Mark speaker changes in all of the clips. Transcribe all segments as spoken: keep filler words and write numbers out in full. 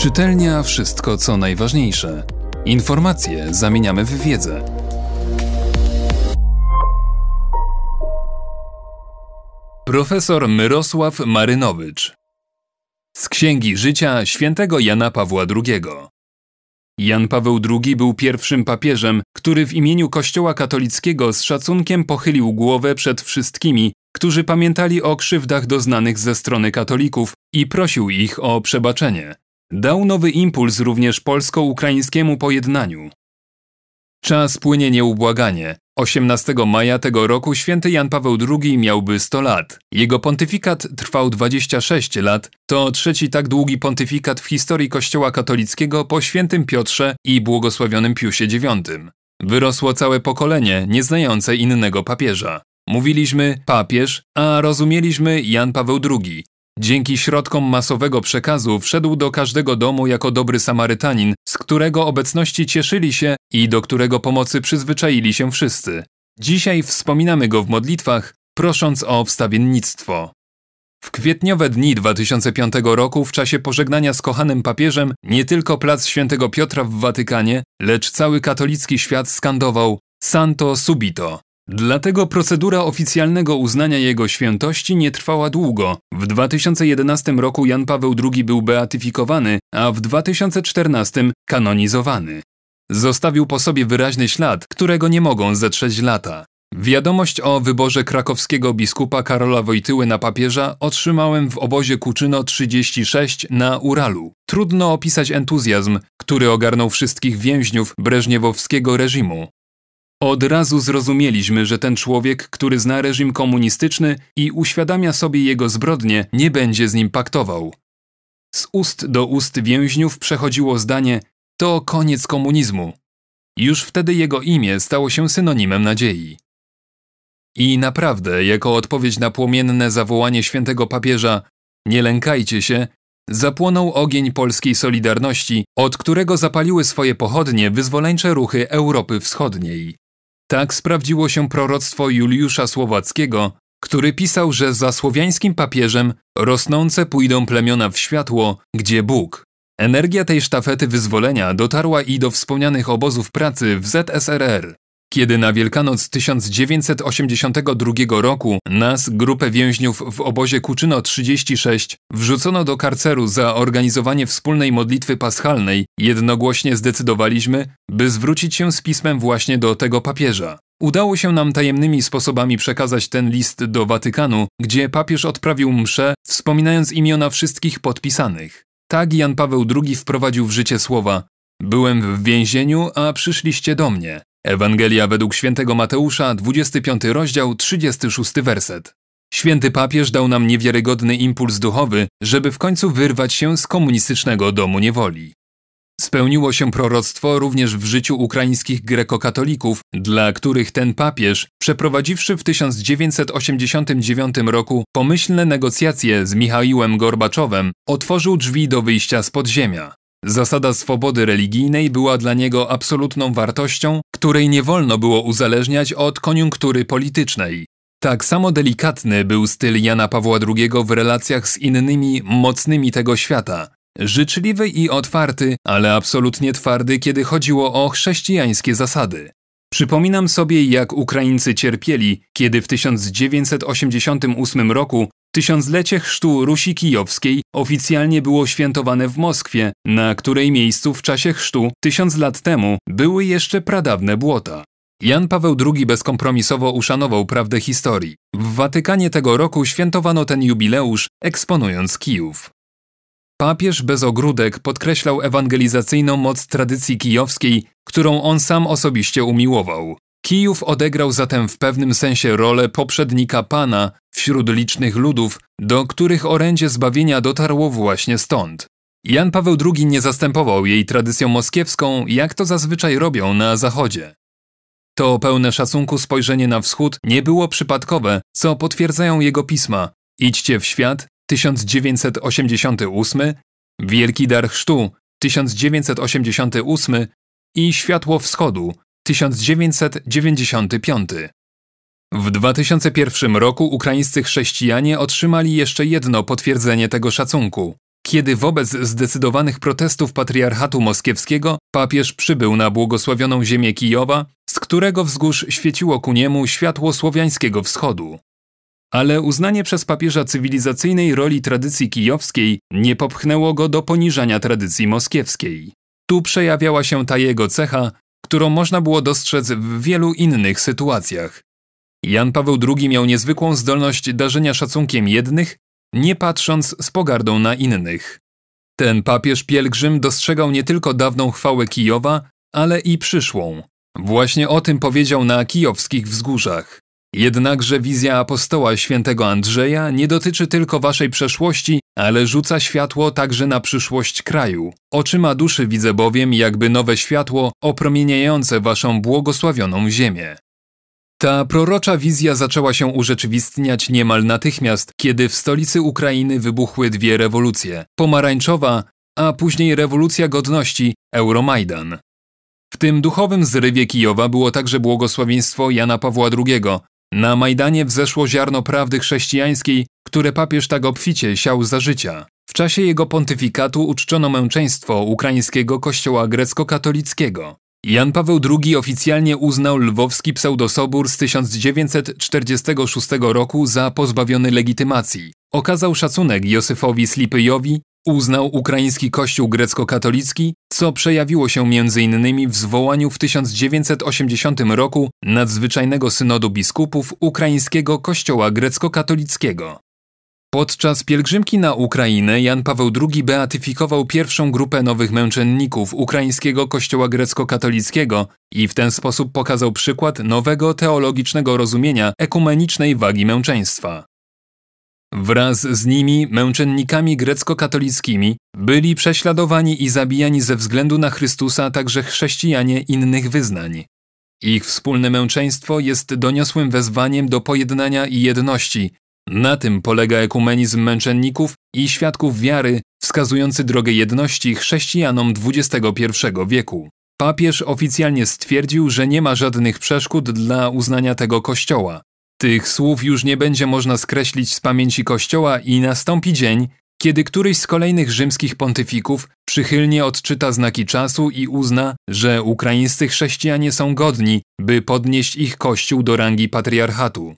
Speaker 1: Czytelnia wszystko, co najważniejsze. Informacje zamieniamy w wiedzę. Profesor Myrosław Marynowicz. Z Księgi Życia świętego Jana Pawła drugiego. Jan Paweł drugi był pierwszym papieżem, który w imieniu Kościoła katolickiego z szacunkiem pochylił głowę przed wszystkimi, którzy pamiętali o krzywdach doznanych ze strony katolików i prosił ich o przebaczenie. Dał nowy impuls również polsko-ukraińskiemu pojednaniu. Czas płynie nieubłaganie. osiemnastego maja tego roku święty Jan Paweł drugi miałby sto lat. Jego pontyfikat trwał dwadzieścia sześć lat. To trzeci tak długi pontyfikat w historii Kościoła katolickiego po świętym Piotrze i błogosławionym Piusie dziewiątym. Wyrosło całe pokolenie nieznające innego papieża. Mówiliśmy papież, a rozumieliśmy Jan Paweł drugi. Dzięki środkom masowego przekazu wszedł do każdego domu jako dobry Samarytanin, z którego obecności cieszyli się i do którego pomocy przyzwyczaili się wszyscy. Dzisiaj wspominamy go w modlitwach, prosząc o wstawiennictwo. W kwietniowe dni dwa tysiące piątego roku w czasie pożegnania z kochanym papieżem nie tylko plac Świętego Piotra w Watykanie, lecz cały katolicki świat skandował Santo Subito. Dlatego procedura oficjalnego uznania jego świętości nie trwała długo. W dwa tysiące jedenastym roku Jan Paweł drugi był beatyfikowany, a w dwa tysiące czternastym kanonizowany. Zostawił po sobie wyraźny ślad, którego nie mogą zetrzeć lata. Wiadomość o wyborze krakowskiego biskupa Karola Wojtyły na papieża otrzymałem w obozie Kuczyno trzydzieści sześć na Uralu. Trudno opisać entuzjazm, który ogarnął wszystkich więźniów breżniewowskiego reżimu. Od razu zrozumieliśmy, że ten człowiek, który zna reżim komunistyczny i uświadamia sobie jego zbrodnie, nie będzie z nim paktował. Z ust do ust więźniów przechodziło zdanie: to koniec komunizmu. Już wtedy jego imię stało się synonimem nadziei. I naprawdę, jako odpowiedź na płomienne zawołanie świętego papieża „Nie lękajcie się”, zapłonął ogień polskiej Solidarności, od którego zapaliły swoje pochodnie wyzwoleńcze ruchy Europy Wschodniej. Tak sprawdziło się proroctwo Juliusza Słowackiego, który pisał, że za słowiańskim papieżem rosnące pójdą plemiona w światło, gdzie Bóg. Energia tej sztafety wyzwolenia dotarła i do wspomnianych obozów pracy w Z S R R. Kiedy na Wielkanoc tysiąc dziewięćset osiemdziesiątego drugiego roku nas, grupę więźniów w obozie Kuczyno trzydzieści sześć, wrzucono do karceru za organizowanie wspólnej modlitwy paschalnej, jednogłośnie zdecydowaliśmy, by zwrócić się z pismem właśnie do tego papieża. Udało się nam tajemnymi sposobami przekazać ten list do Watykanu, gdzie papież odprawił mszę, wspominając imiona wszystkich podpisanych. Tak Jan Paweł drugi wprowadził w życie słowa: byłem w więzieniu, a przyszliście do mnie. Ewangelia według świętego Mateusza, dwudziesty piąty rozdział, trzydziesty szósty werset. Święty papież dał nam niewiarygodny impuls duchowy, żeby w końcu wyrwać się z komunistycznego domu niewoli. Spełniło się proroctwo również w życiu ukraińskich grekokatolików, dla których ten papież, przeprowadziwszy w tysiąc dziewięćset osiemdziesiątym dziewiątym roku pomyślne negocjacje z Michaiłem Gorbaczowem, otworzył drzwi do wyjścia z podziemia. Zasada swobody religijnej była dla niego absolutną wartością, której nie wolno było uzależniać od koniunktury politycznej. Tak samo delikatny był styl Jana Pawła drugiego w relacjach z innymi mocnymi tego świata. Życzliwy i otwarty, ale absolutnie twardy, kiedy chodziło o chrześcijańskie zasady. Przypominam sobie, jak Ukraińcy cierpieli, kiedy w tysiąc dziewięćset osiemdziesiątym ósmym roku tysiąclecie chrztu Rusi Kijowskiej oficjalnie było świętowane w Moskwie, na której miejscu w czasie chrztu tysiąc lat temu były jeszcze pradawne błota. Jan Paweł drugi bezkompromisowo uszanował prawdę historii. W Watykanie tego roku świętowano ten jubileusz, eksponując Kijów. Papież bez ogródek podkreślał ewangelizacyjną moc tradycji kijowskiej, którą on sam osobiście umiłował. Kijów odegrał zatem w pewnym sensie rolę poprzednika Pana wśród licznych ludów, do których orędzie zbawienia dotarło właśnie stąd. Jan Paweł drugi nie zastępował jej tradycją moskiewską, jak to zazwyczaj robią na Zachodzie. To pełne szacunku spojrzenie na wschód nie było przypadkowe, co potwierdzają jego pisma: Idźcie w świat, tysiąc dziewięćset osiemdziesiąty ósmy, Wielki dar chrztu, tysiąc dziewięćset osiemdziesiąty ósmy i Światło wschodu, tysiąc dziewięćset dziewięćdziesiąty piąty. W dwa tysiące pierwszym roku ukraińscy chrześcijanie otrzymali jeszcze jedno potwierdzenie tego szacunku. Kiedy wobec zdecydowanych protestów patriarchatu moskiewskiego papież przybył na błogosławioną ziemię Kijowa, z którego wzgórz świeciło ku niemu światło słowiańskiego wschodu. Ale uznanie przez papieża cywilizacyjnej roli tradycji kijowskiej nie popchnęło go do poniżania tradycji moskiewskiej. Tu przejawiała się ta jego cecha, którą można było dostrzec w wielu innych sytuacjach. Jan Paweł drugi miał niezwykłą zdolność darzenia szacunkiem jednych, nie patrząc z pogardą na innych. Ten papież pielgrzym dostrzegał nie tylko dawną chwałę Kijowa, ale i przyszłą. Właśnie o tym powiedział na kijowskich wzgórzach. Jednakże wizja apostoła świętego Andrzeja nie dotyczy tylko waszej przeszłości, ale rzuca światło także na przyszłość kraju. Oczyma duszy widzę bowiem jakby nowe światło opromieniające waszą błogosławioną ziemię. Ta prorocza wizja zaczęła się urzeczywistniać niemal natychmiast, kiedy w stolicy Ukrainy wybuchły dwie rewolucje – pomarańczowa, a później rewolucja godności – Euromajdan. W tym duchowym zrywie Kijowa było także błogosławieństwo Jana Pawła drugiego. Na Majdanie wzeszło ziarno prawdy chrześcijańskiej, które papież tak obficie siał za życia. W czasie jego pontyfikatu uczczono męczeństwo ukraińskiego kościoła grecko-katolickiego. Jan Paweł drugi oficjalnie uznał lwowski pseudosobór z tysiąc dziewięćset czterdziestego szóstego roku za pozbawiony legitymacji. Okazał szacunek Józefowi Slipyjowi, uznał ukraiński kościół grecko-katolicki, co przejawiło się między innymi w zwołaniu w tysiąc dziewięćset osiemdziesiątym roku nadzwyczajnego synodu biskupów ukraińskiego kościoła grecko-katolickiego. Podczas pielgrzymki na Ukrainę Jan Paweł drugi beatyfikował pierwszą grupę nowych męczenników ukraińskiego kościoła grecko-katolickiego i w ten sposób pokazał przykład nowego teologicznego rozumienia ekumenicznej wagi męczeństwa. Wraz z nimi, męczennikami grecko-katolickimi, byli prześladowani i zabijani ze względu na Chrystusa także chrześcijanie innych wyznań. Ich wspólne męczeństwo jest doniosłym wezwaniem do pojednania i jedności. Na tym polega ekumenizm męczenników i świadków wiary, wskazujący drogę jedności chrześcijanom dwudziestego pierwszego wieku. Papież oficjalnie stwierdził, że nie ma żadnych przeszkód dla uznania tego kościoła. Tych słów już nie będzie można skreślić z pamięci Kościoła i nastąpi dzień, kiedy któryś z kolejnych rzymskich pontyfików przychylnie odczyta znaki czasu i uzna, że ukraińscy chrześcijanie są godni, by podnieść ich Kościół do rangi patriarchatu.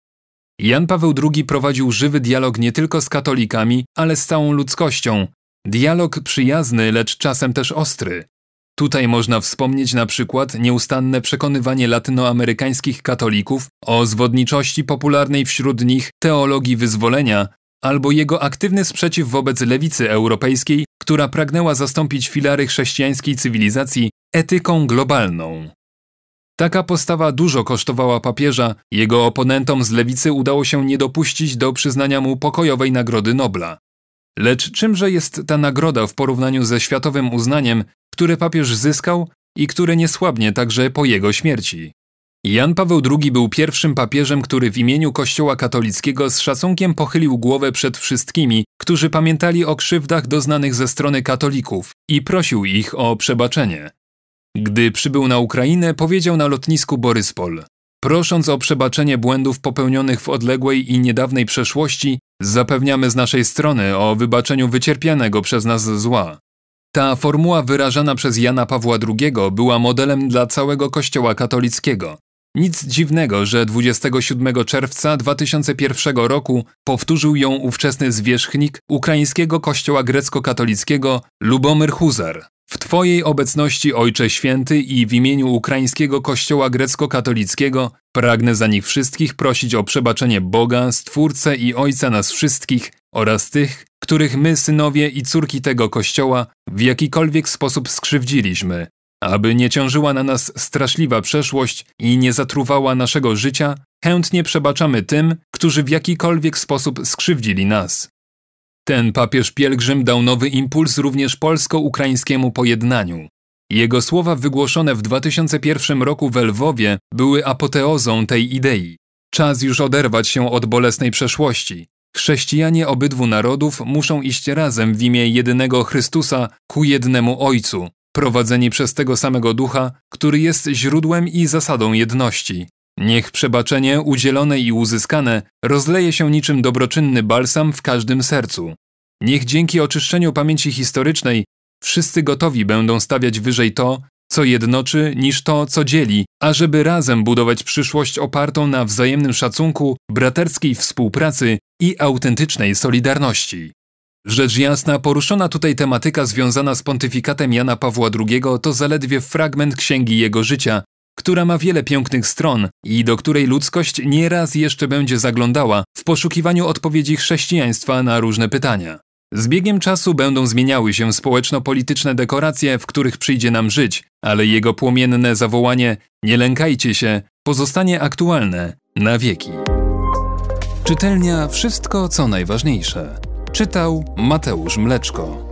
Speaker 1: Jan Paweł drugi prowadził żywy dialog nie tylko z katolikami, ale z całą ludzkością. Dialog przyjazny, lecz czasem też ostry. Tutaj można wspomnieć na przykład nieustanne przekonywanie latynoamerykańskich katolików o zwodniczości popularnej wśród nich teologii wyzwolenia, albo jego aktywny sprzeciw wobec lewicy europejskiej, która pragnęła zastąpić filary chrześcijańskiej cywilizacji etyką globalną. Taka postawa dużo kosztowała papieża, jego oponentom z lewicy udało się nie dopuścić do przyznania mu pokojowej Nagrody Nobla. Lecz czymże jest ta nagroda w porównaniu ze światowym uznaniem, które papież zyskał i które nie słabnie także po jego śmierci? Jan Paweł drugi był pierwszym papieżem, który w imieniu Kościoła katolickiego z szacunkiem pochylił głowę przed wszystkimi, którzy pamiętali o krzywdach doznanych ze strony katolików i prosił ich o przebaczenie. Gdy przybył na Ukrainę, powiedział na lotnisku Boryspol: prosząc o przebaczenie błędów popełnionych w odległej i niedawnej przeszłości, zapewniamy z naszej strony o wybaczeniu wycierpianego przez nas zła. Ta formuła wyrażana przez Jana Pawła drugiego była modelem dla całego Kościoła katolickiego. Nic dziwnego, że dwudziestego siódmego czerwca dwa tysiące pierwszego roku powtórzył ją ówczesny zwierzchnik ukraińskiego Kościoła grecko-katolickiego Lubomyr Huzar. W Twojej obecności, Ojcze Święty, i w imieniu ukraińskiego Kościoła grecko-katolickiego pragnę za nich wszystkich prosić o przebaczenie Boga, Stwórcę i Ojca nas wszystkich oraz tych, których my, synowie i córki tego Kościoła, w jakikolwiek sposób skrzywdziliśmy, aby nie ciążyła na nas straszliwa przeszłość i nie zatruwała naszego życia, chętnie przebaczamy tym, którzy w jakikolwiek sposób skrzywdzili nas. Ten papież pielgrzym dał nowy impuls również polsko-ukraińskiemu pojednaniu. Jego słowa wygłoszone w dwa tysiące pierwszym roku w Lwowie były apoteozą tej idei. Czas już oderwać się od bolesnej przeszłości. Chrześcijanie obydwu narodów muszą iść razem w imię jedynego Chrystusa ku jednemu Ojcu, prowadzeni przez tego samego Ducha, który jest źródłem i zasadą jedności. Niech przebaczenie udzielone i uzyskane rozleje się niczym dobroczynny balsam w każdym sercu. Niech dzięki oczyszczeniu pamięci historycznej wszyscy gotowi będą stawiać wyżej to, co jednoczy, niż to, co dzieli, ażeby razem budować przyszłość opartą na wzajemnym szacunku, braterskiej współpracy i autentycznej solidarności. Rzecz jasna, poruszona tutaj tematyka związana z pontyfikatem Jana Pawła drugiego to zaledwie fragment księgi jego życia, która ma wiele pięknych stron i do której ludzkość nieraz jeszcze będzie zaglądała w poszukiwaniu odpowiedzi chrześcijaństwa na różne pytania. Z biegiem czasu będą zmieniały się społeczno-polityczne dekoracje, w których przyjdzie nam żyć, ale jego płomienne zawołanie „Nie lękajcie się” pozostanie aktualne na wieki. Czytelnia Wszystko, co najważniejsze. Czytał Mateusz Mleczko.